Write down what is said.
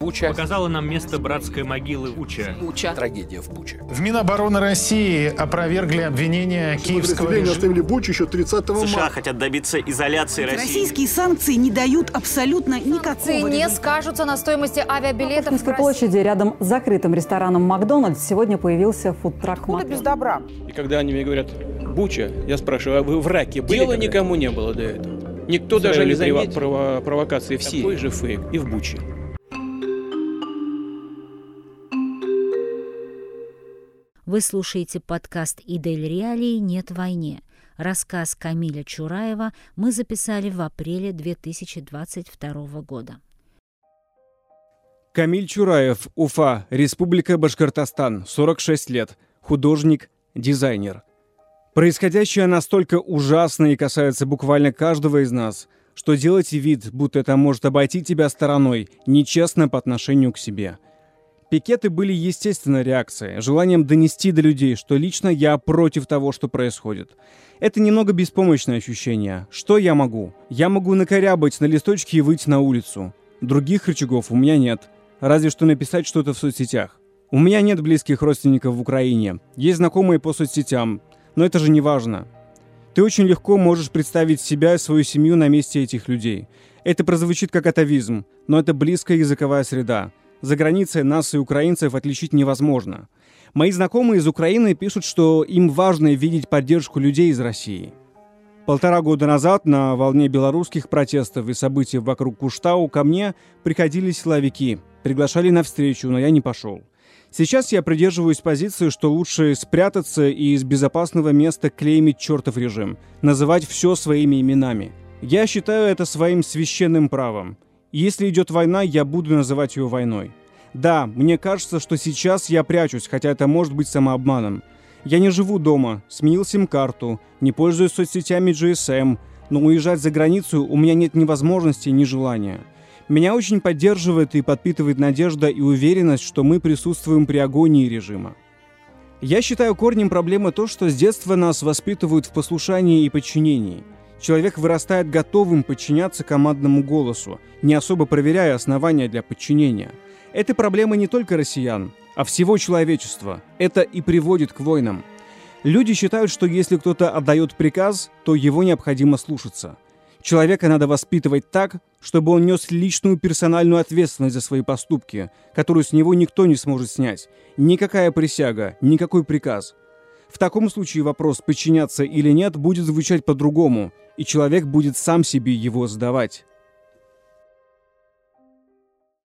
Буча. Показала нам место братской могилы Буча. Буча. Трагедия в Буче. В Минобороны России опровергли обвинения киевского режима. Оставили Бучу еще 30 марта. США хотят добиться изоляции России. Российские санкции не дают абсолютно никакого не скажутся на стоимости авиабилетов. На Пушкинской площади рядом с закрытым рестораном «Макдональдс» сегодня появился фудтрак «Макдональдс». Без добра. И когда они мне говорят «Буча», я спрашиваю, а вы в Раке были? Дела никому не было до этого. Никто даже не заметил провокации в Сирии. Такой же фейк и в Буче. Вы слушаете подкаст «Идель Реалии. Нет войне». Рассказ Камиля Чураева мы записали в апреле 2022 года. Камиль Чураев, Уфа, Республика Башкортостан, 46 лет, художник, дизайнер. Происходящее настолько ужасно и касается буквально каждого из нас, что делать вид, будто это может обойти тебя стороной, нечестно по отношению к себе. Пикеты были естественной реакцией, желанием донести до людей, что лично я против того, что происходит. Это немного беспомощное ощущение. Что я могу? Я могу накорябать на листочке и выйти на улицу. Других рычагов у меня нет. Разве что написать что-то в соцсетях. У меня нет близких родственников в Украине. Есть знакомые по соцсетям. Но это же не важно. Ты очень легко можешь представить себя и свою семью на месте этих людей. Это прозвучит как атовизм, но это близкая языковая среда. За границей нас и украинцев отличить невозможно. Мои знакомые из Украины пишут, что им важно видеть поддержку людей из России. 1,5 года назад на волне белорусских протестов и событий вокруг Куштау ко мне приходили силовики, приглашали на встречу, но я не пошел. Сейчас я придерживаюсь позиции, что лучше спрятаться и из безопасного места клеймить чертов режим, называть все своими именами. Я считаю это своим священным правом. Если идет война, я буду называть ее войной. Да, мне кажется, что сейчас я прячусь, хотя это может быть самообманом. Я не живу дома, сменил сим-карту, не пользуюсь соцсетями GSM, но уезжать за границу у меня нет ни возможности, ни желания. Меня очень поддерживает и подпитывает надежда и уверенность, что мы присутствуем при агонии режима. Я считаю корнем проблемы то, что с детства нас воспитывают в послушании и подчинении. Человек вырастает готовым подчиняться командному голосу, не особо проверяя основания для подчинения. Это проблема не только россиян, а всего человечества. Это и приводит к войнам. Люди считают, что если кто-то отдает приказ, то его необходимо слушаться. Человека надо воспитывать так, чтобы он нес личную персональную ответственность за свои поступки, которую с него никто не сможет снять. Никакая присяга, никакой приказ. В таком случае вопрос, подчиняться или нет, будет звучать по-другому, и человек будет сам себе его задавать.